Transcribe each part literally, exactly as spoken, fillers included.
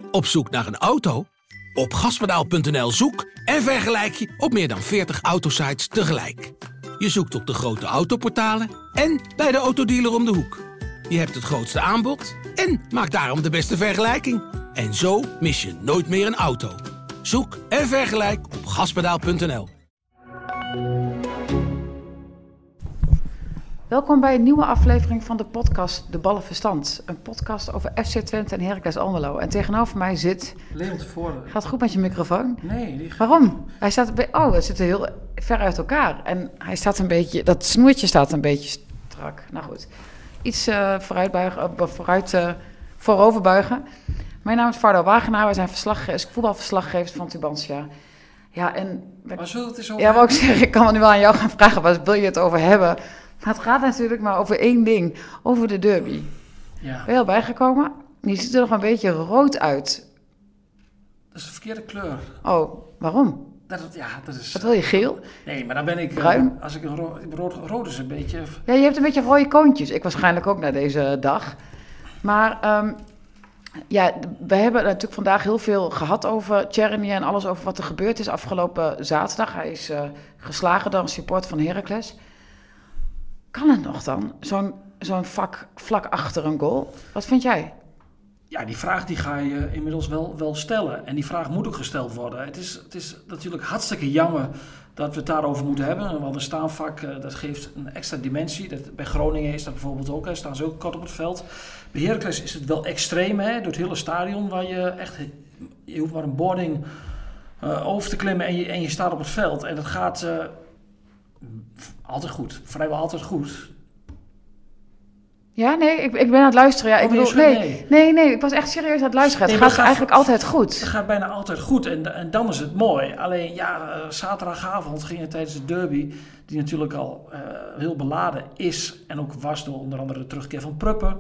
Op zoek naar een auto? Op gaspedaal punt n l zoek en vergelijk je op meer dan veertig autosites tegelijk. Je zoekt op de grote autoportalen en bij de autodealer om de hoek. Je hebt het grootste aanbod en maakt daarom de beste vergelijking. En zo mis je nooit meer een auto. Zoek en vergelijk op gaspedaal punt n l. Welkom bij een nieuwe aflevering van de podcast De Ballenverstand. Een podcast over F C Twente en Heracles Almelo. En tegenover mij zit... Leon tevoren. Gaat het goed met je microfoon? Nee. Die... Waarom? Hij staat een be- oh, we zitten heel ver uit elkaar. En hij staat een beetje... Dat snoertje staat een beetje strak. Nou goed. Iets uh, vooruitbuigen, uh, vooruit, uh, vooroverbuigen. Mijn naam is Vardo Wagenaar. We zijn verslagge- voetbalverslaggevers van Tubantia. Ja, en... Waar zullen we het eens over Ja, wou ik zeggen, ik kan het nu wel aan jou gaan vragen. Waar wil je het over hebben? Maar het gaat natuurlijk maar over één ding. Over de derby. Ja. Ben je al bijgekomen? Je ziet er nog een beetje rood uit. Dat is de verkeerde kleur. Oh, waarom? Dat, ja, dat is... Wat wil je, geel? Nee, maar dan ben ik... Bruin? Uh, als ik een ro- rood, rood is een beetje... Ja, je hebt een beetje rode koontjes. Ik waarschijnlijk ook na deze dag. Maar um, ja, we hebben natuurlijk vandaag heel veel gehad over Tjerni en alles over wat er gebeurd is afgelopen zaterdag. Hij is uh, geslagen door een supporter van Heracles. Kan het nog dan? Zo'n, zo'n vak vlak achter een goal? Wat vind jij? Ja, die vraag die ga je inmiddels wel, wel stellen. En die vraag moet ook gesteld worden. Het is, het is natuurlijk hartstikke jammer dat we het daarover moeten hebben. Want een staanvak, dat geeft een extra dimensie. Dat, bij Groningen is dat bijvoorbeeld ook. Hè, staan ze ook kort op het veld. Bij Heracles is het wel extreem, hè, door het hele stadion. Waar je echt... Je hoeft maar een boarding uh, over te klimmen en je, en je staat op het veld. En dat gaat... Uh, Altijd goed, vrijwel altijd goed. Ja, nee, ik, ik ben aan het luisteren. Ja, ik oh, bedoel, nee, nee, nee, nee, ik was echt serieus aan het luisteren. Het nee, gaat, gaat eigenlijk altijd goed. Het gaat bijna altijd goed en, en dan is het mooi. Alleen ja, uh, zaterdagavond ging het tijdens de derby, die natuurlijk al uh, heel beladen is en ook was door onder andere de terugkeer van Pruppen.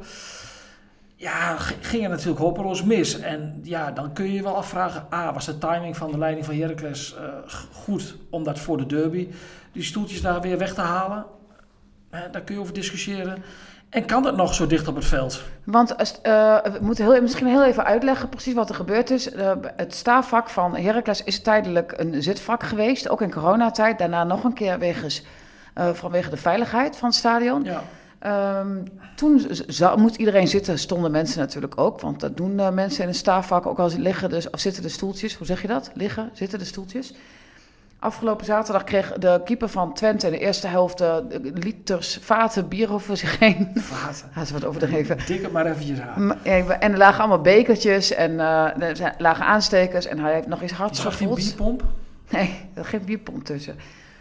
Ja, ging er natuurlijk hopeloos mis. En ja, dan kun je je wel afvragen, A, was de timing van de leiding van Heracles uh, goed om dat voor de derby, die stoeltjes daar weer weg te halen? Uh, daar kun je over discussiëren. En kan dat nog zo dicht op het veld? Want uh, we moeten heel, misschien heel even uitleggen precies wat er gebeurd is. Uh, het staafvak van Heracles is tijdelijk een zitvak geweest, ook in coronatijd. Daarna nog een keer wegens, uh, vanwege de veiligheid van het stadion. Ja. Um, toen z- moet iedereen zitten, stonden mensen natuurlijk ook. Want dat doen uh, mensen in een staafvak, ook al liggen dus, of zitten de stoeltjes. Hoe zeg je dat? Liggen, zitten de stoeltjes. Afgelopen zaterdag kreeg de keeper van Twente in de eerste helft uh, liters vaten bier over zich heen. Vaten? Dat is wat overdreven. Dik het maar eventjes aan. En er lagen allemaal bekertjes en uh, er lagen aanstekers en hij heeft nog eens hard gevoeld. Geen bierpomp? Nee, er geen bierpomp tussen.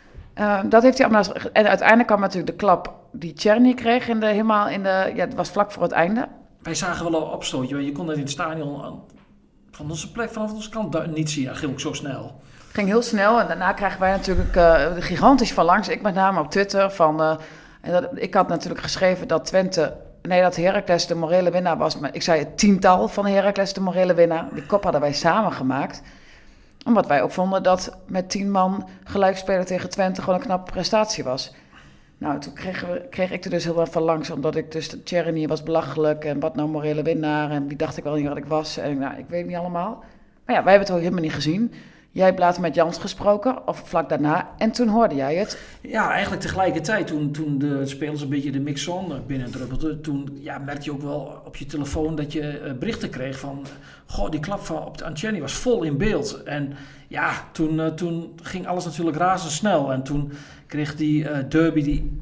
Uh, dat heeft hij allemaal. En uiteindelijk kwam natuurlijk de klap die Tjerni kreeg in de, helemaal in de. Ja, het was vlak voor het einde. Wij zagen wel een opstootje. Je kon dat in het stadion van onze plek, vanaf onze kant niet zien. Dat ging ook zo snel. Ging heel snel en daarna krijgen wij natuurlijk uh, gigantisch van langs. Ik met name op Twitter. Van, uh, en dat, ik had natuurlijk geschreven dat Twente. Nee, dat Heracles de morele winnaar was. Maar ik zei het tiental van Heracles de morele winnaar. Die kop hadden wij samen gemaakt. Omdat wij ook vonden dat met tien man gelijk spelen tegen Twente gewoon een knappe prestatie was. Nou, toen kreeg, we, kreeg ik er dus heel veel van langs, omdat ik dus de Tjerni was belachelijk en wat nou morele winnaar en wie dacht ik wel niet wat ik was. En nou, ik weet het niet allemaal. Maar ja, wij hebben het ook helemaal niet gezien. Jij hebt later met Jans gesproken, of vlak daarna, en toen hoorde jij het. Ja, eigenlijk tegelijkertijd, toen, toen de spelers een beetje de mixzone binnendruppelden, toen ja, merkte je ook wel op je telefoon dat je uh, berichten kreeg van, goh, die klap van op de Tjerni was vol in beeld. En ja, toen, uh, toen ging alles natuurlijk razendsnel en toen kreeg die uh, derby die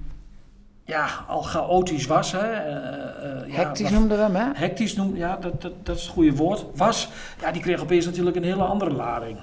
ja, al chaotisch was. Hè, uh, uh, hectisch ja, noemden we hem, hè? Hectisch noemde, ja, dat, dat, dat is het goede woord. Was, ja, die kreeg opeens natuurlijk een hele andere lading.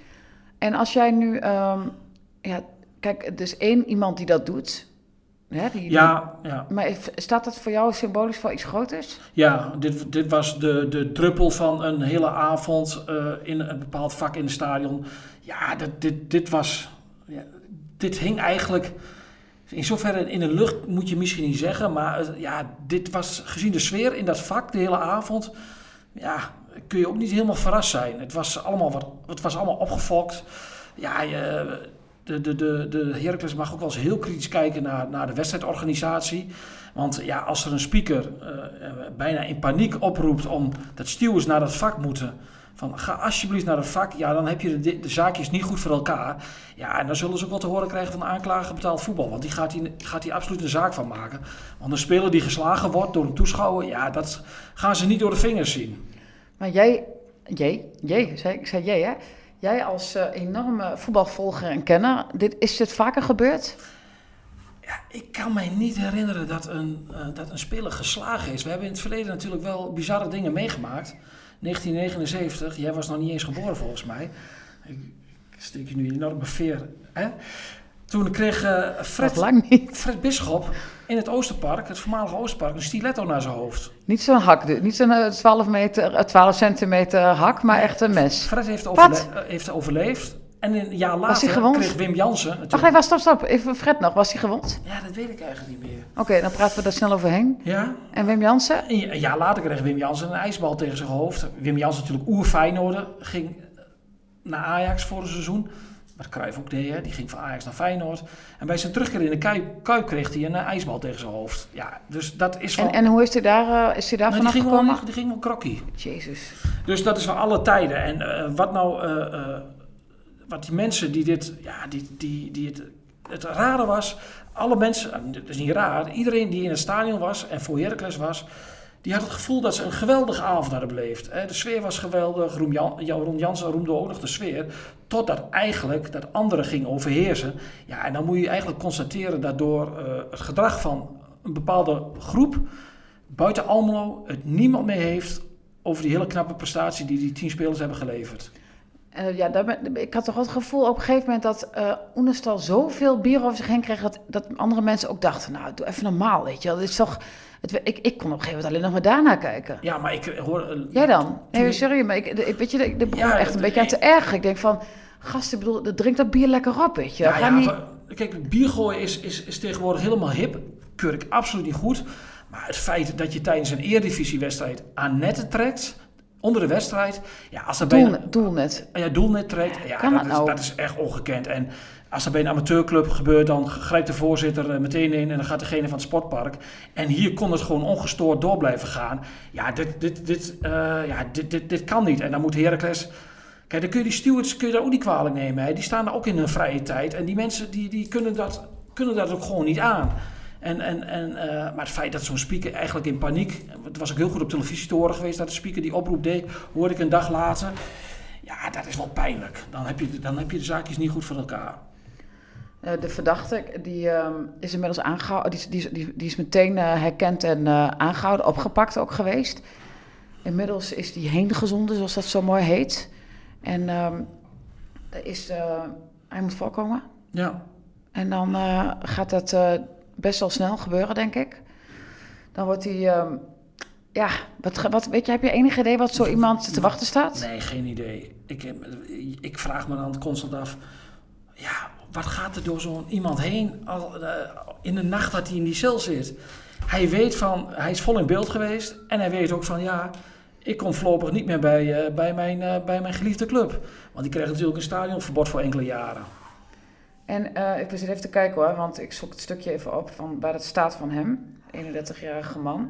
En als jij nu, um, ja, kijk, er is één iemand die dat doet. Hè, die, ja, ja. Maar staat dat voor jou symbolisch voor iets groters? Ja, dit, dit was de, de druppel van een hele avond uh, in een bepaald vak in het stadion. Ja, dit, dit, dit was, ja, dit hing eigenlijk in zoverre in de lucht, moet je misschien niet zeggen. Maar uh, ja, dit was gezien de sfeer in dat vak de hele avond, ja, kun je ook niet helemaal verrast zijn. Het was allemaal, wat, het was allemaal opgefokt. Ja, je, de, de, de, de Heracles mag ook wel eens heel kritisch kijken naar, naar de wedstrijdorganisatie. Want ja, als er een speaker uh, bijna in paniek oproept om dat stewards naar dat vak moeten. Van ga alsjeblieft naar het vak, ja, dan heb je de, de zaakjes niet goed voor elkaar. Ja, en dan zullen ze ook wel te horen krijgen van de aanklager betaald voetbal. Want die gaat hier, gaat hier absoluut een zaak van maken. Want een speler die geslagen wordt door een toeschouwer, ja, dat gaan ze niet door de vingers zien. Maar jij, jij, jij, zei, ik zei jij hè? Jij als uh, enorme voetbalvolger en kenner, dit, is dit vaker gebeurd? Ja, ik kan mij niet herinneren dat een, uh, dat een speler geslagen is. We hebben in het verleden natuurlijk wel bizarre dingen meegemaakt. negentien negenenzeventig, jij was nog niet eens geboren volgens mij. Ik, ik steek je nu een enorme veer. Hè? Toen kreeg uh, Fred, lang niet. Fred Bisschop in het Oosterpark, het voormalige Oosterpark, een stiletto naar zijn hoofd. Niet zo'n hak, niet zo'n uh, twaalf, meter, twaalf centimeter hak, maar echt een mes. Fred heeft, overle- heeft overleefd. En een jaar later kreeg Wim Jansen... Wacht even, stop, stop. Even Fred nog. Was hij gewond? Ja, dat weet ik eigenlijk niet meer. Oké, okay, dan praten we daar snel overheen. Ja. En Wim Jansen? Een jaar later kreeg Wim Jansen een ijsbal tegen zijn hoofd. Wim Jansen natuurlijk oer-Feyenoorder. Ging naar Ajax voor een seizoen. Wat Cruijff ook deed, hè. Die ging van Ajax naar Feyenoord. En bij zijn terugkeer in de Kuip, kuip kreeg hij een uh, ijsbal tegen zijn hoofd. Ja, dus dat is van... En, en hoe is hij daar, uh, is hij daar nou, vanaf die ging gekomen? Wel, die ging wel krokkie. Jezus. Dus dat is van alle tijden. En uh, wat nou... Uh, uh, wat die mensen die dit... Ja, die, die, die het, het rare was... Alle mensen... Dat is niet raar. Iedereen die in het stadion was en voor Heracles was... Die had het gevoel dat ze een geweldige avond hadden beleefd. De sfeer was geweldig. Ron Jansen roemde ook nog de sfeer. Totdat eigenlijk dat anderen ging overheersen. Ja, en dan moet je eigenlijk constateren dat door uh, het gedrag van een bepaalde groep... buiten Almelo het niemand meer heeft over die hele knappe prestatie die die tien spelers hebben geleverd. Uh, ja, daar ben, ik had toch wel het gevoel op een gegeven moment dat uh, Oenestal zoveel bier over zich heen kreeg... Dat, dat andere mensen ook dachten, nou, doe even normaal, weet je wel. Dit is toch... Het, ik, ik kon op een gegeven moment alleen nog maar daarna kijken. Ja, maar ik hoor... Uh, Jij dan? Nee, sorry, maar ik, ik, weet je, ik begon ja, echt een beetje aan te ergeren. Ik denk van, gast, ik bedoel, drink dat bier lekker op, weet je. Ja, ja, niet... Kijk, bier gooien is, is, is tegenwoordig helemaal hip. Keur ik absoluut niet goed. Maar het feit dat je tijdens een Eredivisiewedstrijd aan netten trekt... Onder de wedstrijd, ja, als er Doel, bij een, doelnet. Ja, doelnet trekt, ja, kan dat, dat, is, nou? dat is echt ongekend. En als er bij een amateurclub gebeurt, dan grijpt de voorzitter meteen in en dan gaat degene van het sportpark. En hier kon het gewoon ongestoord door blijven gaan. Ja, dit, dit, dit, uh, ja, dit, dit, dit kan niet. En dan moet Heracles... Kijk, dan kun je die stewards kun je daar ook niet kwalijk nemen. Hè. Die staan daar ook in hun vrije tijd. En die mensen die, die kunnen, dat, kunnen dat ook gewoon niet aan. En, en, en, uh, maar het feit dat zo'n speaker eigenlijk in paniek... Het was ook heel goed op televisie te horen geweest dat de speaker die oproep deed... hoorde ik een dag later. Ja, dat is wel pijnlijk. Dan heb je, dan heb je de zaakjes niet goed voor elkaar. Uh, de verdachte die, uh, is inmiddels aangehouden. Die, die, die, die is meteen uh, herkend en uh, aangehouden, opgepakt ook geweest. Inmiddels is die heen gezonden, zoals dat zo mooi heet. En um, er is, uh, hij moet voorkomen. Ja. En dan uh, gaat dat... Uh, best wel snel gebeuren, denk ik. Dan wordt hij... Um, ja, wat, wat, weet je, heb je enig idee wat zo iemand te wachten staat? Nee, geen idee. Ik, ik vraag me dan constant af... Ja, wat gaat er door zo'n iemand heen... Al, uh, in de nacht dat hij in die cel zit? Hij weet van... Hij is vol in beeld geweest. En hij weet ook van... Ja, ik kom voorlopig niet meer bij, uh, bij, mijn, uh, bij mijn geliefde club. Want die krijgt natuurlijk een stadionverbod voor enkele jaren. En uh, ik zit even te kijken hoor, want ik zoek het stukje even op van waar het staat van hem. eenendertigjarige man.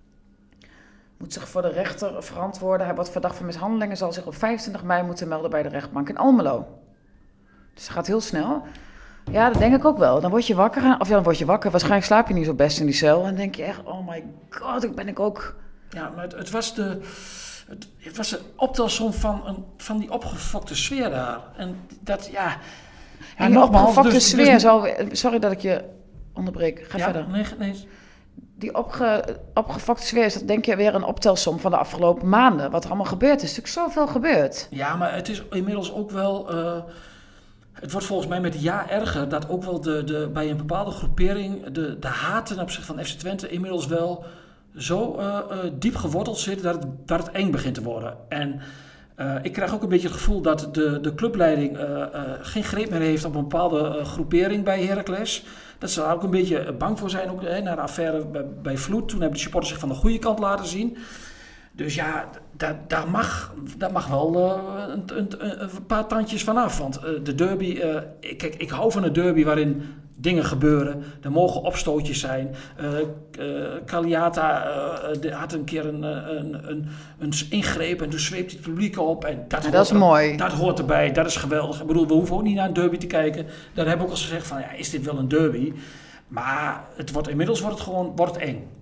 Moet zich voor de rechter verantwoorden. Hij wordt verdacht van mishandeling en zal zich op vijfentwintig mei moeten melden bij de rechtbank in Almelo. Dus het gaat heel snel. Ja, dat denk ik ook wel. Dan word je wakker, of ja, dan word je wakker. Waarschijnlijk slaap je niet zo best in die cel. En dan denk je echt, oh my god, ik ben ik ook... Ja, maar het, het was de... Het, het was de optelsom van, een, van die opgefokte sfeer daar. En dat, ja... Ja, en die opgefokte dus, sfeer, dus, zou, sorry dat ik je onderbreek, ga ja, verder. Nee, nee. Die opge, opgefokte sfeer is, dat denk je weer een optelsom van de afgelopen maanden. Wat er allemaal gebeurd is. Er is natuurlijk zoveel gebeurd. Ja, maar het is inmiddels ook wel... Uh, het wordt volgens mij met het jaar erger dat ook wel de, de, bij een bepaalde groepering de, de haat ten opzichte van F C Twente inmiddels wel zo uh, uh, diep geworteld zit dat het, dat het eng begint te worden. En... Uh, ik krijg ook een beetje het gevoel dat de, de clubleiding uh, uh, geen greep meer heeft op een bepaalde uh, groepering bij Heracles. Dat ze daar ook een beetje bang voor zijn, ook, hè, na de affaire bij, bij Vloed. Toen hebben de supporters zich van de goede kant laten zien. Dus ja, daar, daar, mag, daar mag wel uh, een, een, een paar tandjes vanaf. Want uh, de derby, uh, kijk, ik hou van een derby waarin dingen gebeuren. Er mogen opstootjes zijn. Uh, uh, Kaliata uh, had een keer een, een, een, een ingreep en toen zweept het publiek op. En dat, ja, dat is er, mooi. Dat hoort erbij, dat is geweldig. Ik bedoel, we hoeven ook niet naar een derby te kijken. Daar hebben we ook al gezegd van, ja, is dit wel een derby? Maar het wordt, inmiddels wordt het gewoon wordt het eng.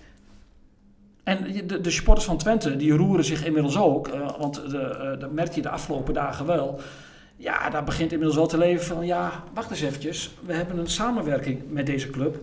En de, de supporters van Twente, die roeren zich inmiddels ook. Uh, want de, uh, dat merk je de afgelopen dagen wel. Ja, daar begint inmiddels wel te leven van, ja, wacht eens eventjes. We hebben een samenwerking met deze club.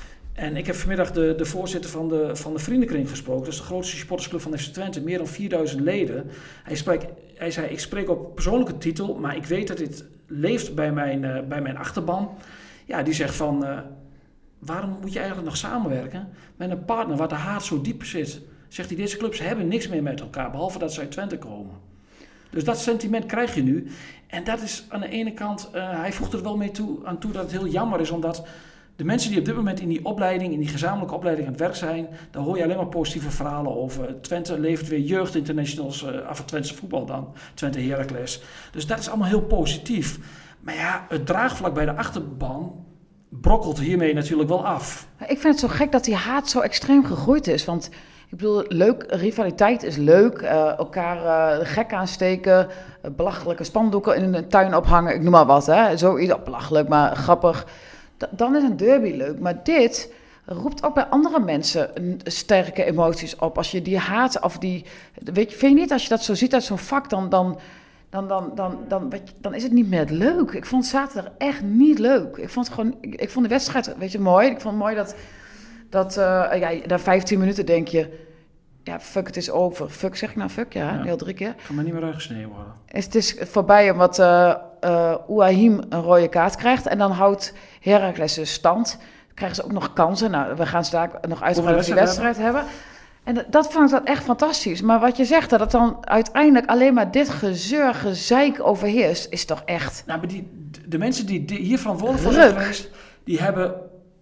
En ik heb vanmiddag de, de voorzitter van de, van de vriendenkring gesproken. Dat is de grootste supportersclub van F C Twente. Meer dan vierduizend leden. Hij, spreekt, hij zei, ik spreek op persoonlijke titel, maar ik weet dat dit leeft bij mijn, uh, bij mijn achterban. Ja, die zegt van, uh, waarom moet je eigenlijk nog samenwerken met een partner waar de haat zo diep zit? Zegt hij, deze clubs hebben niks meer met elkaar, behalve dat ze uit Twente komen. Dus dat sentiment krijg je nu. En dat is aan de ene kant, uh, hij voegt er wel mee toe, aan toe dat het heel jammer is, omdat de mensen die op dit moment in die opleiding, in die gezamenlijke opleiding aan het werk zijn, daar hoor je alleen maar positieve verhalen over. Twente levert weer jeugdinternationals, uh, af van Twentse voetbal dan, Twente Heracles. Dus dat is allemaal heel positief. Maar ja, het draagvlak bij de achterban brokkelt hiermee natuurlijk wel af. Ik vind het zo gek dat die haat zo extreem gegroeid is, want ik bedoel, leuk, rivaliteit is leuk, uh, elkaar uh, gek aansteken, uh, belachelijke spandoeken in een tuin ophangen, ik noem maar wat, hè. Zoiets, belachelijk, maar grappig. D- dan is een derby leuk, maar dit roept ook bij andere mensen sterke emoties op. Als je die haat of die, weet je, vind je niet, als je dat zo ziet uit zo'n vak, dan, dan, dan, dan, dan, dan, weet je, dan is het niet meer leuk. Ik vond zaterdag echt niet leuk. Ik vond het gewoon, ik, ik vond de wedstrijd, weet je, mooi. Ik vond het mooi dat, dat uh, ja, na vijftien minuten denk je, ja, fuck, het is over. Fuck, zeg ik nou fuck? Ja, ja. Heel drie keer. Kan maar niet meer uitgesneden worden. Het is voorbij omdat uh, uh, Ouahim een rode kaart krijgt en dan houdt Heracles de stand. Krijgen ze ook nog kansen. Nou, we gaan straks nog uitgebreid over die wedstrijd hebben. hebben. En dat, dat vond ik dan echt fantastisch. Maar wat je zegt, dat het dan uiteindelijk alleen maar dit gezeur, gezeik overheerst, is toch echt... Nou, maar die, de mensen die, die hier verantwoordelijk voor zijn geweest, die hebben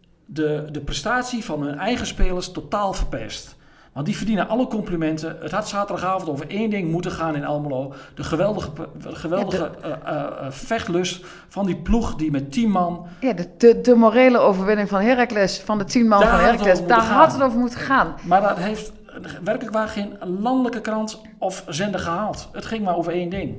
de, de prestatie van hun eigen spelers totaal verpest. Want die verdienen alle complimenten. Het had zaterdagavond over één ding moeten gaan in Almelo. De geweldige, geweldige ja, de... Uh, uh, uh, vechtlust van die ploeg die met tien man... Ja, de, de, de morele overwinning van Heracles, van de tien man daar van Heracles. Daar gaan. had het over moeten gaan. Maar dat heeft werkelijk waar geen landelijke krant of zender gehaald. Het ging maar over één ding.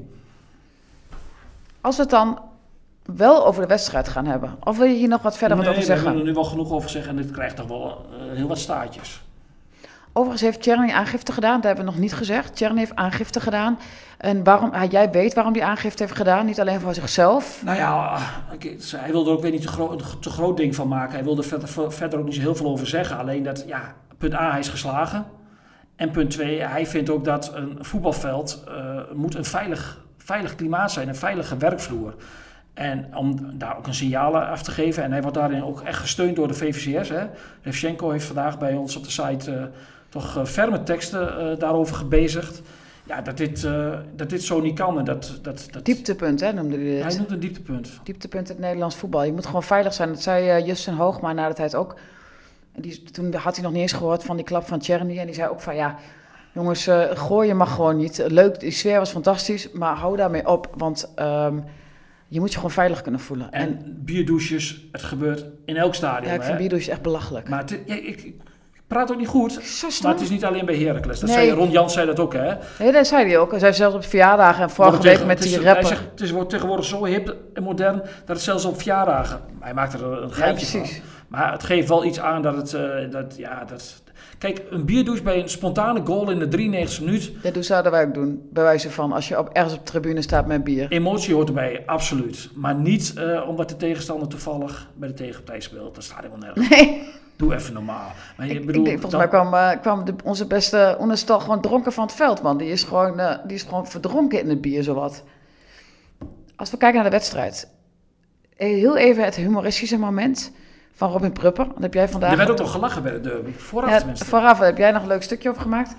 Als we het dan wel over de wedstrijd gaan hebben. Of wil je hier nog wat verder nee, wat over zeggen? Nee, we willen er nu wel genoeg over zeggen. En dit krijgt toch wel uh, heel wat staartjes. Overigens heeft Tjerni aangifte gedaan, dat hebben we nog niet gezegd. Tjerni heeft aangifte gedaan. En waarom, jij weet waarom hij aangifte heeft gedaan, niet alleen voor zichzelf. Nou ja, hij wilde er ook weer niet te groot, te groot ding van maken. Hij wilde er verder, verder ook niet zo heel veel over zeggen. Alleen dat, ja, punt A, hij is geslagen. En punt twee, hij vindt ook dat een voetbalveld uh, moet een veilig, veilig klimaat zijn, een veilige werkvloer. En om daar ook een signaal af te geven. En hij wordt daarin ook echt gesteund door de V V C S. Hè. Revchenko heeft vandaag bij ons op de site uh, toch uh, ferme teksten uh, daarover gebezigd. Ja, dat dit, uh, dat dit zo niet kan. En dat, dat, dat... Dieptepunt, hè, noemde hij dit. Hij noemt een dieptepunt. Dieptepunt in het Nederlands voetbal. Je moet gewoon veilig zijn. Dat zei uh, Justin Hoogma na de tijd ook. En die, toen had hij nog niet eens gehoord van die klap van Tjerni. En die zei ook van ja, jongens, uh, gooien mag gewoon niet. Leuk, die sfeer was fantastisch, maar hou daarmee op. Want um, je moet je gewoon veilig kunnen voelen. En, en bierdouches, het gebeurt in elk stadion. Ja, ik vind bierdouches echt belachelijk. Maar het, ja, ik, ik praat ook niet goed. Maar het is niet alleen bij Heracles. Dat nee. zei, Ron Jans zei dat ook, hè? Nee, dat zei hij ook. Hij zei zelfs op verjaardagen en vorige week tegen, met die is, rapper. Hij zegt, het is, wordt tegenwoordig zo hip en modern dat het zelfs op verjaardagen... Hij maakt er een geintje ja, van. Maar het geeft wel iets aan dat het... Uh, dat, ja, dat, kijk, een bierdouche bij een spontane goal in de drieënnegentigste minuut... Dat zouden wij ook doen, bij wijze van als je op, ergens op de tribune staat met bier. Emotie hoort erbij, absoluut. Maar niet uh, omdat de tegenstander toevallig bij de tegenpartij speelt. Dat staat helemaal nergens. Nee. Doe even normaal. Maar je ik, bedoel, ik denk, volgens dan... mij kwam, uh, kwam de, onze beste Oenestal gewoon dronken van het veld, man. Die is gewoon, uh, die is gewoon verdronken in het bier, zowat. Als we kijken naar de wedstrijd. Heel even het humoristische moment van Robin Prupper. Dat heb jij vandaag... Er werd ook nog gelachen bij de derby. Vooraf ja, tenminste. Vooraf heb jij nog een leuk stukje over gemaakt.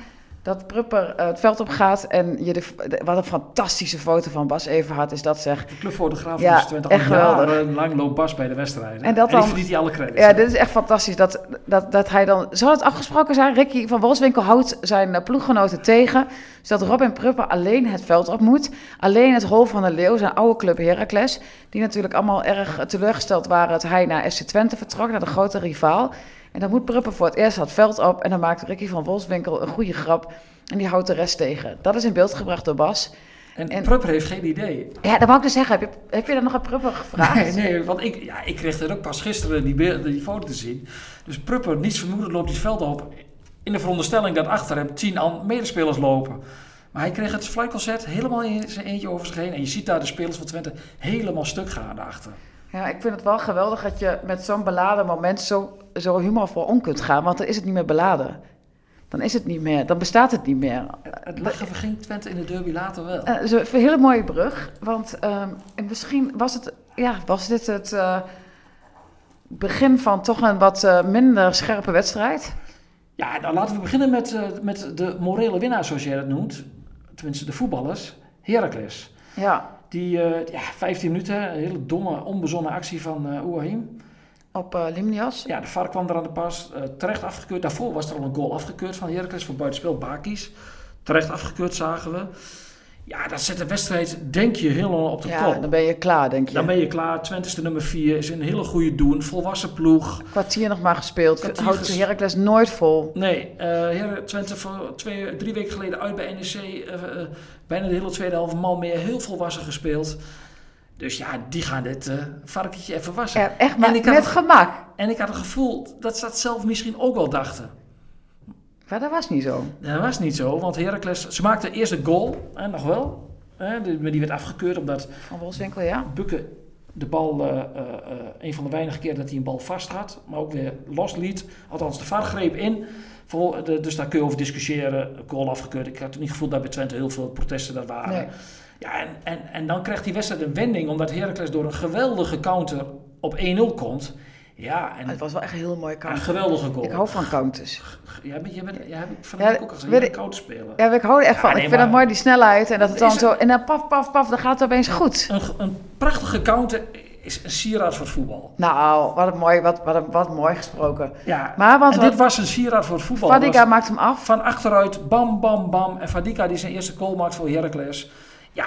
dat Prupper uh, het veld op gaat en je de, de, wat een fantastische foto van Bas Everhard is dat zeg. De clubfotograaf ja, van Twente. Echt geweldig. Lang loopt Bas bij de wedstrijden. En, dat en die dan, verdient hij alle credits. Ja, dit is echt fantastisch. Dat, dat, dat hij dan, zou het afgesproken zijn? Ricky van Wolfswinkel houdt zijn uh, ploeggenoten tegen, zodat Robin Prupper alleen het veld op moet. Alleen het Hol van de Leeuw, zijn oude club Heracles, die natuurlijk allemaal erg uh, teleurgesteld waren dat hij naar F C Twente vertrok, naar de grote rivaal. En dan moet Prupper voor het eerst het veld op en dan maakt Ricky van Wolfswinkel een goede grap. En die houdt de rest tegen. Dat is in beeld gebracht door Bas. En, en Prupper heeft geen idee. Ja, dat wou ik dus zeggen. Heb je, heb je dat nog aan Prupper gevraagd? Nee, nee, want ik, ja, ik kreeg er ook pas gisteren die, beeld, die foto te zien. Dus Prupper, niets vermoedend, loopt die veld op. In de veronderstelling dat achter hem tien medespelers lopen. Maar hij kreeg het fluitconcert helemaal in zijn eentje over zich heen. En je ziet daar de spelers van Twente helemaal stuk gaan daarachter. Ja, ik vind het wel geweldig dat je met zo'n beladen moment zo, zo humorvol om kunt gaan. Want dan is het niet meer beladen. Dan is het niet meer, dan bestaat het niet meer. Het lachen verging Twente in de derby later wel. Uh, zo, een hele mooie brug, want uh, misschien was, het, ja, was dit het uh, begin van toch een wat uh, minder scherpe wedstrijd. Ja, nou laten we beginnen met, uh, met de morele winnaar, zoals jij dat noemt. Tenminste, de voetballers. Heracles. Ja. Die uh, ja, vijftien minuten, een hele domme, onbezonnen actie van uh, Ouahim. Op uh, Limnios. Ja, de V A R kwam er aan de pas. Uh, terecht afgekeurd. Daarvoor was er al een goal afgekeurd van Heracles voor buitenspel. Bakis. Terecht afgekeurd, zagen we. Ja, dat zet de wedstrijd, denk je, helemaal op de ja, kop. Ja, dan ben je klaar, denk je. Dan ben je klaar. Twente is de nummer vier. Is een hele goede doen. Volwassen ploeg. Kwartier nog maar gespeeld. Kwartier Houdt ges... Heracles nooit vol. Nee. Uh, Twente voor twee, drie weken geleden uit bij N E C. Uh, uh, bijna de hele tweede helft. Man meer. Heel volwassen gespeeld. Dus ja, die gaan dit uh, varkentje even wassen. Ja, echt maar met het, gemak. En ik had het gevoel dat ze dat zelf misschien ook wel dachten. Maar dat was niet zo. Dat was niet zo, want Heracles... Ze maakte eerst een goal, hè, nog wel. Hè, die, die werd afgekeurd omdat... Van Wolfswinkel, ja. Bukke de bal... Uh, uh, een van de weinige keer dat hij een bal vast had. Maar ook weer losliet. Althans, de V A R greep in. Voor de, dus daar kun je over discussiëren. Goal afgekeurd. Ik had niet gevoeld dat bij Twente heel veel protesten daar waren. Nee. Ja, en, en, en dan krijgt die wedstrijd een wending, omdat Heracles door een geweldige counter op één nul komt. Ja, en het was wel echt een heel mooie counter. Een geweldige goal. Ik hou van counters. Jij bent, jij bent, jij hebt van ja, ook al gezegd, je bent een counter spelen. Ja, ik hou er echt van. Ja, nee, ik vind maar, het mooi, die snelheid. En dat het dan het, zo... En dan paf, paf, paf, dan gaat het opeens goed. Een, een prachtige counter is een sieraad voor het voetbal. Nou, wat, een mooi, wat, wat, wat, wat mooi gesproken. Ja, maar, want, en wat, dit was een sieraad voor het voetbal. Fadiga maakt hem af. Van achteruit, bam, bam, bam. En Fadiga die zijn eerste goal maakt voor Heracles. Ja,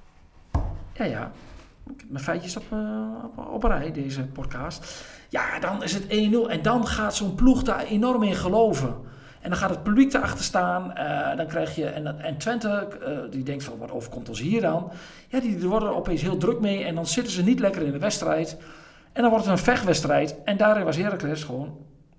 ja, ja. Ik heb mijn feitjes op, uh, op, op een rij, deze podcast. Ja, dan is het één nul. En dan gaat zo'n ploeg daar enorm in geloven. En dan gaat het publiek erachter staan. Uh, dan krijg je... En, en Twente, uh, die denkt van, wat overkomt ons hier dan? Ja, die, die worden er opeens heel druk mee. En dan zitten ze niet lekker in de wedstrijd. En dan wordt het een vechtwedstrijd. En daarin was Heracles gewoon...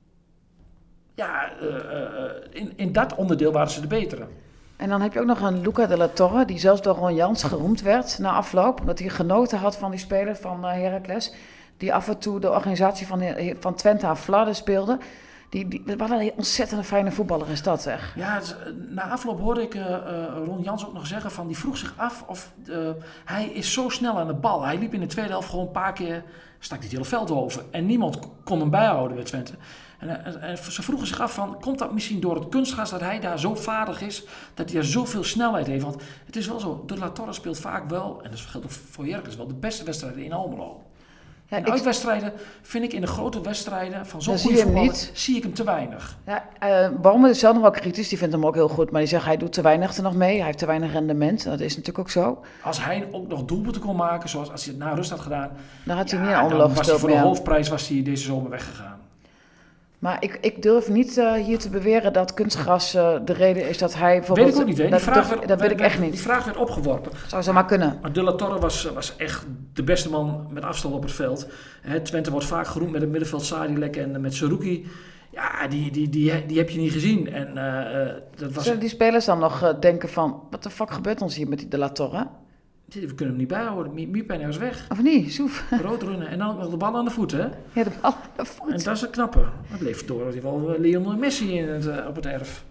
Ja, uh, uh, in, in dat onderdeel waren ze de betere. En dan heb je ook nog een Luca de la Torre, die zelfs door Ron Jans geroemd werd na afloop. Omdat hij genoten had van die speler van uh, Heracles. Die af en toe de organisatie van, van Twente aan Vlaarden speelde. Die, die, wat een ontzettend fijne voetballer is dat, zeg. Ja, het, na afloop hoorde ik uh, uh, Ron Jans ook nog zeggen van... Die vroeg zich af of... Uh, hij is zo snel aan de bal. Hij liep in de tweede helft gewoon een paar keer... Stak hij het hele veld over. En niemand kon hem bijhouden bij Twente. En, en, en ze vroegen zich af van... Komt dat misschien door het kunstgras dat hij daar zo vaardig is... Dat hij daar zoveel snelheid heeft? Want het is wel zo... De La Torre speelt vaak wel... En dat geldt ook voor Heracles wel... De beste wedstrijden in Almelo. Ja, en uitwedstrijden vind ik in de grote wedstrijden van zo'n goede voetballer, zie ik hem te weinig. Ja, uh, Bomen is zelf nog wel kritisch, die vindt hem ook heel goed. Maar die zegt, hij doet te weinig er nog mee. Hij heeft te weinig rendement. Dat is natuurlijk ook zo. Als hij ook nog doelpunten kon maken, zoals als hij het na rust had gedaan... Dan had hij ja, niet in Almelo gespeeld. Voor de hoofdprijs was hij deze zomer weggegaan. Maar ik, ik durf niet uh, hier te beweren dat kunstgras uh, de reden is dat hij bijvoorbeeld... Weet ik ook niet, hè? Die dat vraag durf, werd, dat werd, weet ik werd, echt niet. Die vraag werd opgeworpen. Zou zo maar kunnen. Maar De La Torre was, was echt de beste man met afstand op het veld. He, Twente wordt vaak geroemd met het middenveld Sadilek en met Saruki. Ja, die, die, die, die heb je niet gezien. En, uh, dat was... Zullen die spelers dan nog uh, denken van... Wat de fuck gebeurt ons hier met die De La Torre? We kunnen hem niet bijhouden. Miepijn is weg. Of niet? Soef. Roodrunnen. En dan nog de bal aan de voet, hè? Ja, de bal aan de voet. En dat is het knappe. Dat bleef door. Dat hij wel Lionel Messi in het, uh, op het erf.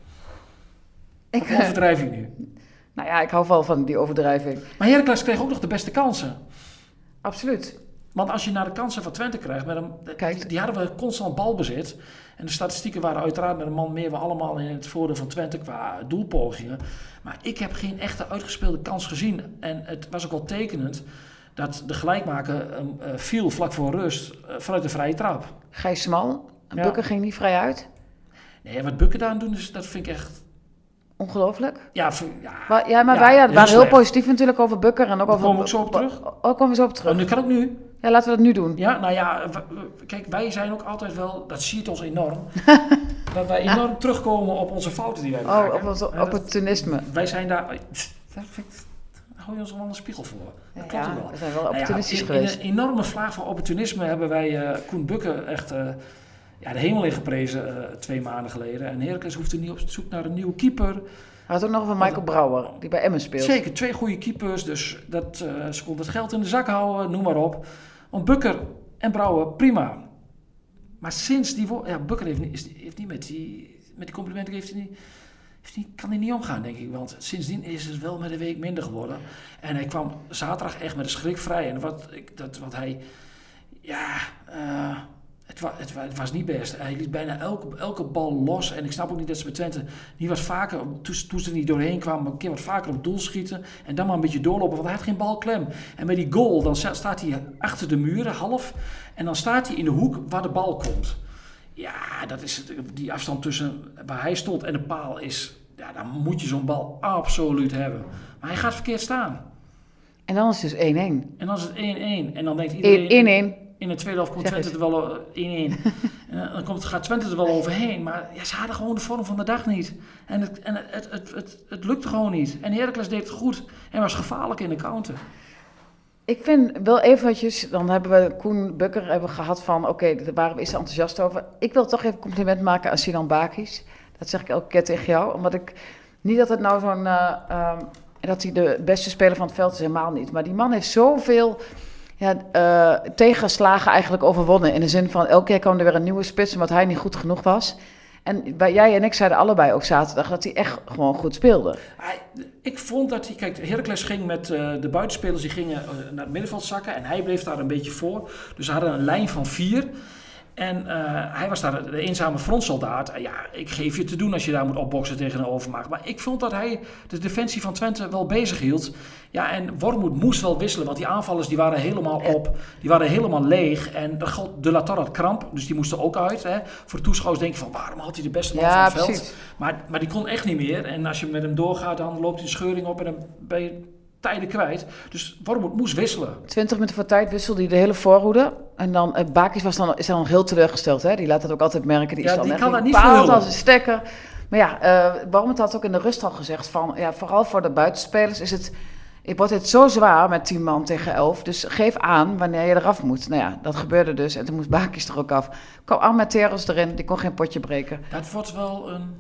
Ik Wat overdrijf ik nu? Nou ja, ik hou wel van die overdrijving. Maar Heracles kreeg ook nog de beste kansen. Absoluut. Want als je naar de kansen van Twente krijgt, met een, Kijk. die, die hadden we constant balbezit. En de statistieken waren uiteraard met een man meer, we allemaal in het voordeel van Twente qua doelpogingen. Maar ik heb geen echte uitgespeelde kans gezien. En het was ook wel tekenend dat de gelijkmaker um, uh, viel vlak voor rust uh, vanuit de vrije trap. Gijs Smal, en Ja. Bukker ging niet vrij uit. Nee, wat Bukker daar aan doen, is, dat vind ik echt... Ongelooflijk. Ja, v- ja, Maar, ja, maar ja, wij ja, heel waren heel slecht. positief natuurlijk over Bukker. En ook Daar over, komen we ook zo op terug. Oh, komen we zo op Oh, terug. nu kan ook nu. Ja, laten we dat nu doen. Ja, nou ja, w- w- kijk, wij zijn ook altijd wel, dat ziet ons enorm, dat wij enorm terugkomen op onze fouten die wij maken. Oh, op ons En dat- opportunisme. Wij zijn daar, daar vind ik- daar hou je ons wel een spiegel voor. Dat klopt Ja, ook wel. we zijn wel Nou ja, opportunistisch in, geweest. in een enorme vlaag van opportunisme hebben wij uh, Koen Bukker echt uh, ja, de hemel in geprezen uh, twee maanden geleden. En Heracles hoefde niet op zoek naar een nieuwe keeper. We hadden ook nog over Michael Brouwer, die bij Emmen speelt. Zeker, twee goede keepers, dus dat, uh, ze konden het geld in de zak houden, noem maar op. Want Bukker en Brouwer, prima. Maar sinds die... Wo- ja, Bukker heeft niet, is, heeft niet met die, met die complimenten heeft hij niet, heeft hij, kan hij niet omgaan, denk ik. Want sindsdien is het wel met een week minder geworden. En hij kwam zaterdag echt met een schrik vrij. En wat, ik, dat, wat hij... Ja... Uh, Het, wa, het, wa, het was niet best. Hij liet bijna elke, elke bal los. En ik snap ook niet dat ze bij Twente niet wat vaker, toen, toen ze er niet doorheen kwamen, maar een keer wat vaker op doel schieten. En dan maar een beetje doorlopen, want hij had geen balklem. En bij die goal, dan staat hij achter de muren, half. En dan staat hij in de hoek waar de bal komt. Ja, dat is die afstand tussen waar hij stond en de paal is... Ja, dan moet je zo'n bal absoluut hebben. Maar hij gaat verkeerd staan. En dan is het dus één-één. En dan is het één-één. En dan denkt iedereen... één-één. In de tweede helft komt Twente er wel één-één. En dan komt, gaat Twente er wel overheen. Maar ja, ze hadden gewoon de vorm van de dag niet. En het, en het, het, het, het, het lukte gewoon niet. En Heracles deed het goed. En was gevaarlijk in de counter. Ik vind wel eventjes, dan hebben we Koen Bukker hebben gehad van... Oké, okay, daar waren we eens enthousiast over. Ik wil toch even compliment maken aan Sinan Bakis. Dat zeg ik elke keer tegen jou. Omdat ik... Niet dat het nou zo'n... Uh, um, dat hij de beste speler van het veld is, helemaal niet. Maar die man heeft zoveel... Ja, uh, tegenslagen eigenlijk overwonnen. In de zin van, elke keer kwam er weer een nieuwe spits... omdat hij niet goed genoeg was. En bij, jij en ik zeiden allebei ook zaterdag... dat hij echt gewoon goed speelde. Hij, ik vond dat hij... Kijk, Heracles ging met uh, de buitenspelers... die gingen uh, naar het middenveld zakken... en hij bleef daar een beetje voor. Dus ze hadden een lijn van vier... En uh, hij was daar de eenzame frontsoldaat. Uh, ja, ik geef je te doen als je daar moet opboksen tegen een Overmacht. Maar ik vond dat hij de defensie van Twente wel bezig hield. Ja, en Wormoed moest wel wisselen. Want die aanvallers die waren helemaal op. Die waren helemaal leeg. En dat gold, De La Torre had kramp. Dus die moesten ook uit. Hè. Voor de toeschouwers denken van waarom had hij de beste man ja, van het precies. veld. Maar, maar die kon echt niet meer. En als je met hem doorgaat dan loopt hij een scheuring op. En dan ben je tijden kwijt. Dus Wormoed moest wisselen. twintig minuten voor tijd wisselde hij de hele voorhoede. En dan, uh, Bakis was dan, is dan heel teleurgesteld. Hè? Die laat dat ook altijd merken. Die, Ja, is dan die echt kan daar niet bepaald verhullen. als een stekker. Maar ja, uh, Wormoed had ook in de rust al gezegd van... Ja, vooral voor de buitenspelers is het... Ik word het zo zwaar met tien man tegen elf. Dus geef aan wanneer je eraf moet. Nou ja, dat gebeurde dus. En toen moest Bakis er ook af. Kwam Armenteros erin. Die kon geen potje breken. Dat wordt wel een...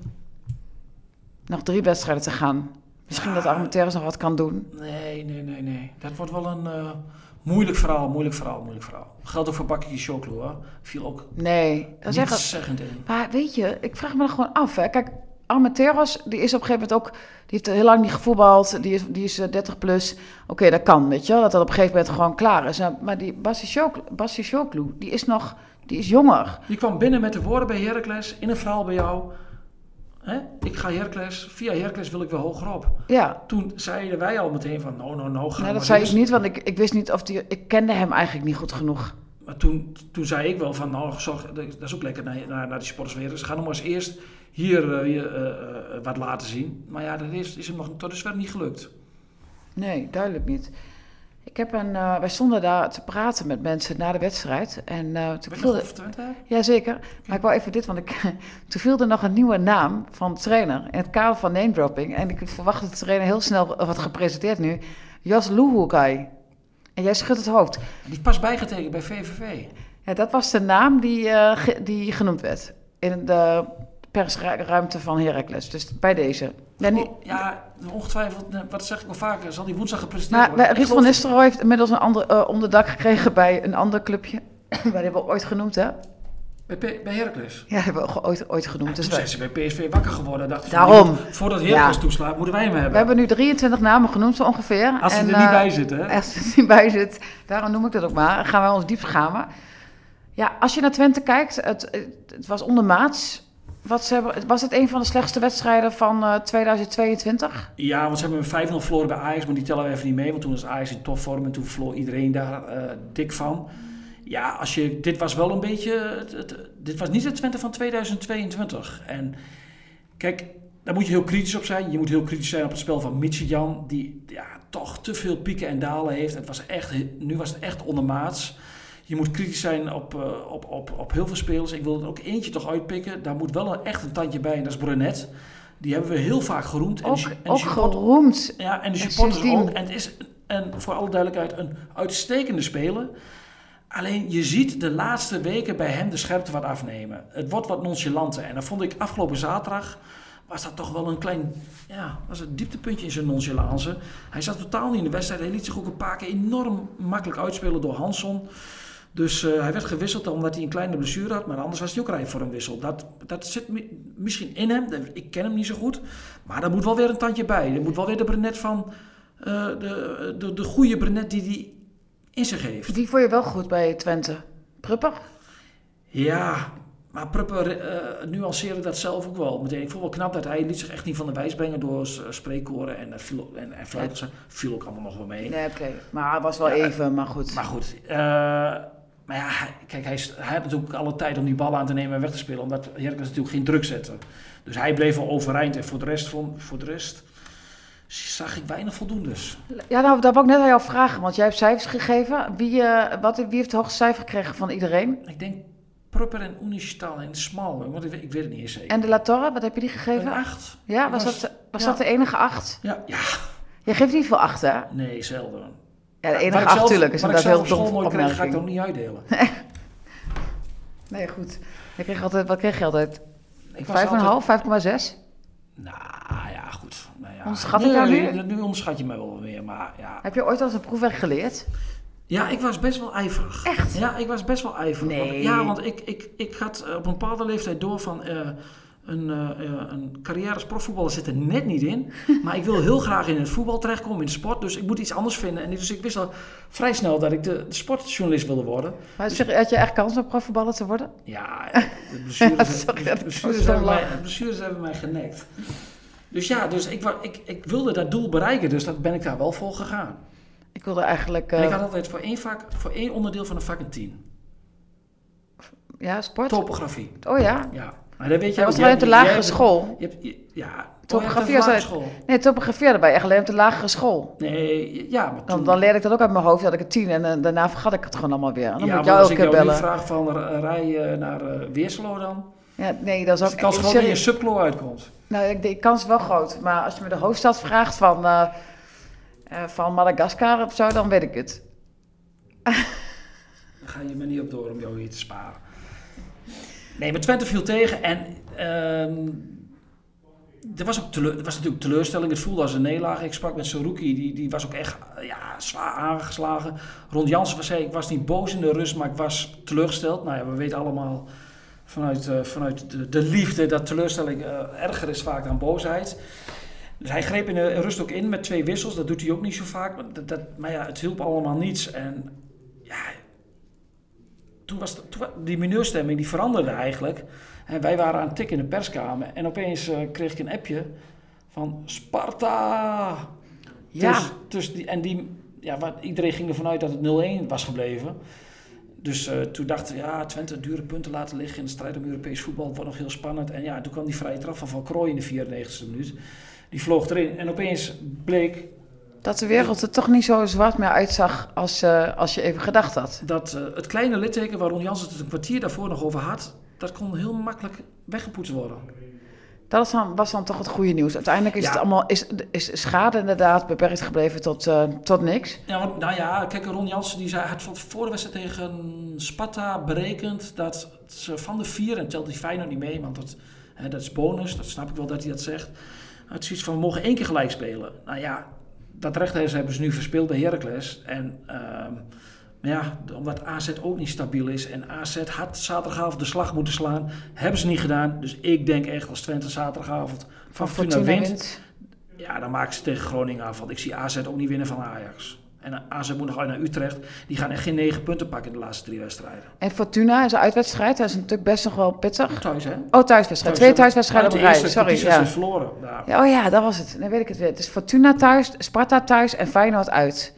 Nog drie wedstrijden te gaan. Misschien Ja. dat Armenteros nog wat kan doen. Nee, nee, nee, nee. Dat wordt wel een uh, moeilijk verhaal, moeilijk verhaal, moeilijk verhaal. Geldt ook voor Bakkie Choclo, hoor. Viel ook Nee, dat is niet echt... zeggend in. Maar weet je, ik vraag me er gewoon af. Hè. Kijk, Armenteros, die is op een gegeven moment ook... Die heeft heel lang niet gevoetbald. Die is, die is uh, dertig plus. Oké, okay, dat kan, weet je wel. Dat dat op een gegeven moment gewoon klaar is. Uh, maar die Bassi Choclo, die is nog... Die is jonger. Die kwam binnen met de woorden bij Heracles, in een verhaal bij jou. Hè? Ik ga Heracles, via Heracles wil ik weer hoger op. Ja. Toen zeiden wij al meteen van, no, no, no, ga Nee, maar dat zei eerst. ik niet, want ik, ik wist niet of die... Ik kende hem eigenlijk niet goed genoeg. Maar toen, toen zei ik wel van, nou, zorg, dat is ook lekker naar, naar, naar die sporterswereld. Dus ga nog maar eens eerst hier uh, uh, uh, wat laten zien. Maar ja, dat is, is hem nog tot dusver niet gelukt. Nee, duidelijk niet. Ik heb een, uh, wij stonden daar te praten met mensen na de wedstrijd. En uh, toen Ben je viel nog er, over Twente? jazeker. Okay. Maar ik wou even dit, want ik, toen viel er nog een nieuwe naam van de trainer. In het kader van name dropping. En ik verwacht dat de trainer heel snel wordt gepresenteerd nu. Jos Luhukai. En jij schudt het hoofd. Die is pas bijgetekend bij V V V. Ja, dat was de naam die, uh, ge, die genoemd werd. In de persruimte van Heracles. Dus bij deze. Ja, niet, ja, ongetwijfeld, wat zeg ik al vaker, zal die woensdag gepresenteerd maar worden. Ries van Nistelrooy heeft inmiddels een ander uh, onderdak gekregen bij een ander clubje. Waar die hebben we ooit genoemd, hè? Bij, P- bij Heracles? Ja, hebben we ooit, ooit genoemd. Ja, dus toen wij... zijn ze bij P S V wakker geworden. Dachten Daarom. Van, voordat Heracles Ja. toeslaat, moeten wij hem hebben. We hebben nu drieëntwintig namen genoemd, zo ongeveer. Als hij en, er niet uh, bij zit, hè? Als hij er niet bij zit, daarom noem ik dat ook maar. Gaan wij ons diep schamen. Ja, als je naar Twente kijkt, het, het, het was ondermaats. Wat ze hebben, was het een van de slechtste wedstrijden van uh, tweeduizend tweeëntwintig? Ja, want ze hebben een vijf nul verloren bij Ajax, maar die tellen we even niet mee. Want toen was Ajax in topvorm en toen verloor iedereen daar uh, dik van. Ja, als je, dit was wel een beetje... Het, het, dit was niet het Twente van tweeduizend tweeëntwintig. En kijk, daar moet je heel kritisch op zijn. Je moet heel kritisch zijn op het spel van Midtjylland, die ja, toch te veel pieken en dalen heeft. Het was echt, nu was het echt ondermaats. Je moet kritisch zijn op, uh, op, op, op heel veel spelers. Ik wil er ook eentje toch uitpikken. Daar moet wel een, echt een tandje bij en dat is Brunet. Die hebben we heel vaak geroemd. Ook, en de, en ook de support, geroemd. Ja, en de en supporters sindsdien. ook. En het is een, voor alle duidelijkheid een uitstekende speler. Alleen je ziet de laatste weken bij hem de scherpte wat afnemen. Het wordt wat nonchalanter. En dan vond ik afgelopen zaterdag... was dat toch wel een klein, ja, was het dieptepuntje in zijn nonchalance. Hij zat totaal niet in de wedstrijd. Hij liet zich ook een paar keer enorm makkelijk uitspelen door Hansson. Dus uh, hij werd gewisseld omdat hij een kleine blessure had. Maar anders was hij ook rijp voor een wissel. Dat, dat zit mi- misschien in hem. Ik ken hem niet zo goed. Maar er moet wel weer een tandje bij. Er moet wel weer de Brenet van... Uh, de, de, de goede Brenet die hij in zich heeft. Die vond je wel goed bij Twente. Prupper? Ja... Maar Prupper uh, nuanceerde dat zelf ook wel meteen. Ik vond wel knap dat hij liet zich echt niet van de wijs brengen door uh, spreekkoren en, uh, viel, en, en fluiters. Ja. Viel ook allemaal nog wel mee. Nee, oké. Okay. Maar hij was wel ja, even, maar goed. Maar goed. Uh, maar ja, kijk, hij, hij had natuurlijk alle tijd om die bal aan te nemen en weg te spelen. Omdat Heracles natuurlijk geen druk zette. Dus hij bleef wel overeind. En voor de rest, vond, voor de rest zag ik weinig voldoendes. Ja, nou, dat wou ik net aan jou vragen. Want jij hebt cijfers gegeven. Wie, uh, wat, wie heeft het hoogste cijfer gekregen van iedereen? Ik denk... Prupper en Unistal en Smal, want ik, ik weet het niet eens zeker. En de La Torre, wat heb je die gegeven? Een acht. Ja, was, was, dat, was ja. dat de enige acht? Ja. ja. Je geeft niet veel acht, hè? Nee, zelden. Ja, de enige acht natuurlijk is inderdaad heel dom opmerking. Krijg, ga ik ook niet uitdelen. Nee, goed. Je kreeg altijd, wat kreeg je altijd? vijf komma vijf, vijf komma zes? Nou ja, goed. Nou ja. Onderschat ik jou nu? Nu onderschat je mij wel weer, maar ja. Heb je ooit als een proefwerk geleerd? Ja, ik was best wel ijverig. Echt? Ja, ik was best wel ijverig. Nee. Want, ja, want ik, ik, ik had op een bepaalde leeftijd door van... Uh, een, uh, een carrière als profvoetballer zit er net niet in. Maar ik wil heel graag in het voetbal terechtkomen, in de sport. Dus ik moet iets anders vinden. En dus ik wist al vrij snel dat ik de, de sportjournalist wilde worden. Maar dus, had je echt kans om profvoetballer te worden? Ja, de blessures, Sorry, de blessures, hebben, mij, de blessures hebben mij genekt. Dus ja, dus ik, ik, ik wilde dat doel bereiken. Dus dat ben ik daar wel voor gegaan. Ik wilde eigenlijk... Uh... En ik had altijd voor één, vak, voor één onderdeel van een vak een tien. Ja, sport? Topografie. Oh ja? Ja. Maar dat weet je was alleen op de lagere school. Je hebt, je, ja, topografie was uit, school. Nee, topografie erbij, echt alleen op de lagere school. Nee, ja. Maar toen, dan, dan leerde ik dat ook uit mijn hoofd, dat ik het tien en uh, daarna vergat ik het gewoon allemaal weer. En dan ja, moet ik jou als ook ik jou bellen. nu vraag van uh, rij uh, naar uh, Weerselo dan? Ja, nee, dat is ook... Dus de kans gewoon dat je subklo uitkomt. Nou, de kans is wel groot. Maar als je me de hoofdstad vraagt van, uh, uh, van Madagaskar of zo, dan weet ik het. Dan ga je me niet op door om jou hier te sparen. Nee, maar Twente viel tegen en um, er was ook teleur, er was natuurlijk teleurstelling. Het voelde als een nederlaag. Ik sprak met Saruki, die, die was ook echt ja, zwaar aangeslagen. Ron Jansen zei, ik was niet boos in de rust, maar ik was teleurgesteld. Nou ja, we weten allemaal vanuit, uh, vanuit de, de liefde dat teleurstelling uh, erger is vaak dan boosheid. Dus hij greep in de rust ook in met twee wissels. Dat doet hij ook niet zo vaak. Maar, dat, dat, maar ja, het hielp allemaal niets. En ja... Toen was de, toen, die mineurstemming die veranderde eigenlijk. En wij waren aan het tikken in de perskamer. En opeens uh, kreeg ik een appje van Sparta. Ja. Dus, dus die, en die, ja, wat, iedereen ging ervan uit dat het nul één was gebleven. Dus uh, toen dachten we, ja, Twente dure punten laten liggen in de strijd om Europees voetbal. Het wordt nog heel spannend. En ja, toen kwam die vrije trap van Van Krooij in de vierennegentigste minuut. Die vloog erin. En opeens bleek... dat de wereld er toch niet zo zwart meer uitzag als, uh, als je even gedacht had. Dat uh, het kleine litteken waar Ron Jansen het een kwartier daarvoor nog over had, dat kon heel makkelijk weggepoetst worden. Dat is dan, was dan toch het goede nieuws. Uiteindelijk is ja. het allemaal is, is schade inderdaad beperkt gebleven tot, uh, tot niks. Ja, want, nou ja, kijk, Ron Jansen die zei, had van voor de wedstrijd tegen Sparta berekend dat ze van de vier, en telt die Feyenoord niet mee, want dat, hè, dat is bonus, dat snap ik wel dat hij dat zegt. Het is zoiets van, we mogen één keer gelijk spelen. Nou ja, dat recht hebben ze nu verspeeld bij Heracles. En uh, Maar ja, omdat A Z ook niet stabiel is en A Z had zaterdagavond de slag moeten slaan, hebben ze niet gedaan. Dus ik denk echt als Twente zaterdagavond van Fortuna wint, wint, ja, dan maken ze tegen Groningen af. Want ik zie A Z ook niet winnen van Ajax. En A Z moet nog uit naar Utrecht. Die gaan echt geen negen punten pakken in de laatste drie wedstrijden. En Fortuna is een uitwedstrijd. Dat is natuurlijk best nog wel pittig. Thuis, hè? Oh, thuiswedstrijd. Thuis, Twee thuiswedstrijden op rij. Sorry. Ja. verloren. Ja. Ja, oh ja, dat was het. Dan weet ik het weer. Het is Fortuna thuis, Sparta thuis en Feyenoord uit.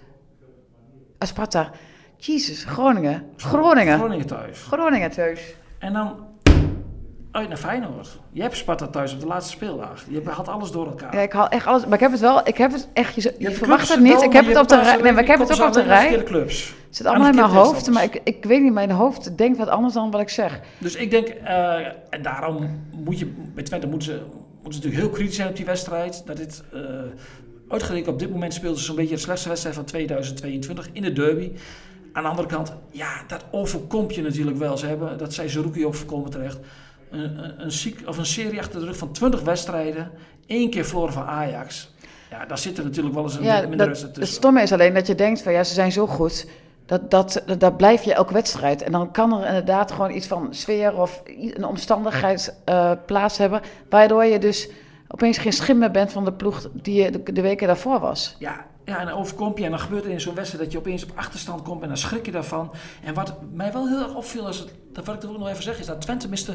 Ah, Sparta. Jezus, Groningen. Groningen. Groningen thuis. Groningen thuis. En dan uit naar Feyenoord. Je hebt Sparta thuis op de laatste speeldag. Je had alles door elkaar. Ja, ik haal echt alles. Maar ik heb het wel. Ik heb het echt. Je, je, je verwacht het niet. Ik heb het op de rij. Nee, maar ik heb het ook op de rij. Het zit allemaal in mijn hoofd. Maar ik, ik weet niet. Mijn hoofd denkt wat anders dan wat ik zeg. Dus ik denk. Uh, en daarom moet je. Bij Twente moeten ze, moeten ze natuurlijk heel kritisch zijn op die wedstrijd. Dat dit. Uh, uitgerekend op dit moment speelden ze zo'n beetje de slechtste wedstrijd van tweeduizend tweeëntwintig in de derby. Aan de andere kant. Ja, dat overkomt je natuurlijk wel. Ze hebben. Dat zei Zerouki ook voorkomen terecht. Een, een, een, ziek, of een serie achter de rug van twintig wedstrijden. Één keer verloren van Ajax. Ja, daar zit er natuurlijk wel eens een ja, minder wedstrijd tussen. Het stomme is alleen dat je denkt van ja, ze zijn zo goed. Dat, dat, dat, dat blijf je elke wedstrijd. En dan kan er inderdaad gewoon iets van sfeer of een omstandigheid uh, plaats hebben. Waardoor je dus opeens geen schim meer bent van de ploeg die je de, de weken daarvoor was. Ja, ja, en dan overkomt je en dan gebeurt er in zo'n wedstrijd dat je opeens op achterstand komt en dan schrik je daarvan. En wat mij wel heel erg opviel, is het, dat wat ik er ook nog even zeg, is dat Twente miste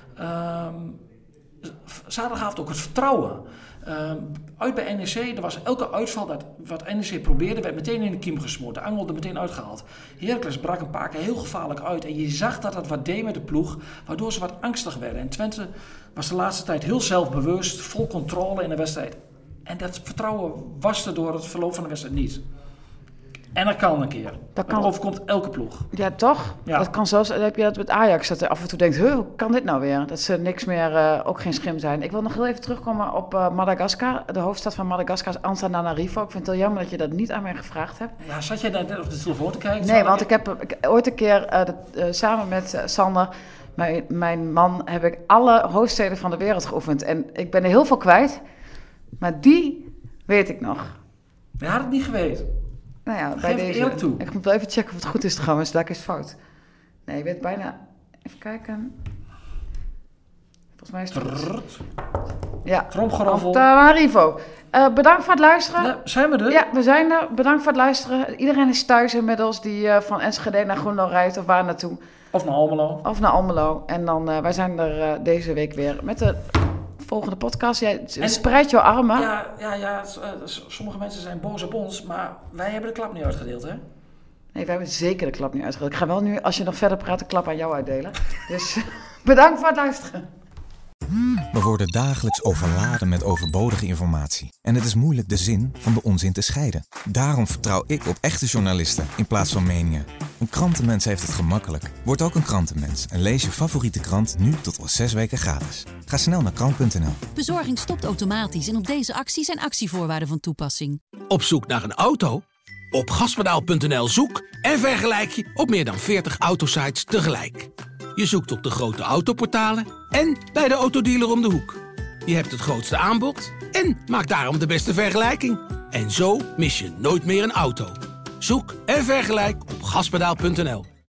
um, zaterdagavond ook het vertrouwen. Um, uit bij N E C, er was elke uitval dat wat N E C probeerde, werd meteen in de kiem gesmoord. De angel er meteen uitgehaald. Heracles brak een paar keer heel gevaarlijk uit. En je zag dat dat wat deed met de ploeg, waardoor ze wat angstig werden. En Twente was de laatste tijd heel zelfbewust, vol controle in de wedstrijd. En dat vertrouwen was er door het verloop van de wedstrijd niet. En dat kan een keer. Dat, kan... dat overkomt elke ploeg. Ja, toch? Ja. Dat kan zelfs, dan heb je dat met Ajax, dat je af en toe denkt, hoe kan dit nou weer? Dat ze niks meer, uh, ook geen schim zijn. Ik wil nog heel even terugkomen op uh, Madagaskar. De hoofdstad van Madagaskar is Antananarivo. Ik vind het heel jammer dat je dat niet aan mij gevraagd hebt. Ja, zat jij daar net op de telefoon te kijken? Nee, want ik heb ik, ooit een keer, uh, de, uh, samen met uh, Sander, mijn, mijn man, heb ik alle hoofdsteden van de wereld geoefend. En ik ben er heel veel kwijt, maar die weet ik nog. Je had het niet geweten. Nou ja, bij Geef deze. Toe. Ik moet wel even checken of het goed is trouwens. Daar is fout. Nee, je weet bijna. Even kijken. Volgens mij is het goed. Ja. Tromgeroffel. Antananarivo. Uh, bedankt voor het luisteren. Ja, zijn we er? Ja, we zijn er. Bedankt voor het luisteren. Iedereen is thuis inmiddels die uh, van Enschede naar Groenlo rijdt of waar naartoe. Of naar Almelo. Of naar Almelo. En dan, uh, wij zijn er uh, deze week weer met de volgende podcast. Jij en, spreidt jouw armen. Ja, ja, ja. Sommige mensen zijn boos op ons, maar wij hebben de klap niet uitgedeeld, hè? Nee, wij hebben zeker de klap niet uitgedeeld. Ik ga wel nu, als je nog verder praat, de klap aan jou uitdelen. Dus bedankt voor het luisteren. We worden dagelijks overladen met overbodige informatie. En het is moeilijk de zin van de onzin te scheiden. Daarom vertrouw ik op echte journalisten in plaats van meningen. Een krantenmens heeft het gemakkelijk. Word ook een krantenmens en lees je favoriete krant nu tot wel zes weken gratis. Ga snel naar krant punt n l. Bezorging stopt automatisch en op deze actie zijn actievoorwaarden van toepassing. Op zoek naar een auto? Op gaspedaal punt n l zoek en vergelijk je op meer dan veertig autosites tegelijk. Je zoekt op de grote autoportalen en bij de autodealer om de hoek. Je hebt het grootste aanbod en maakt daarom de beste vergelijking. En zo mis je nooit meer een auto. Zoek en vergelijk op gaspedaal punt n l.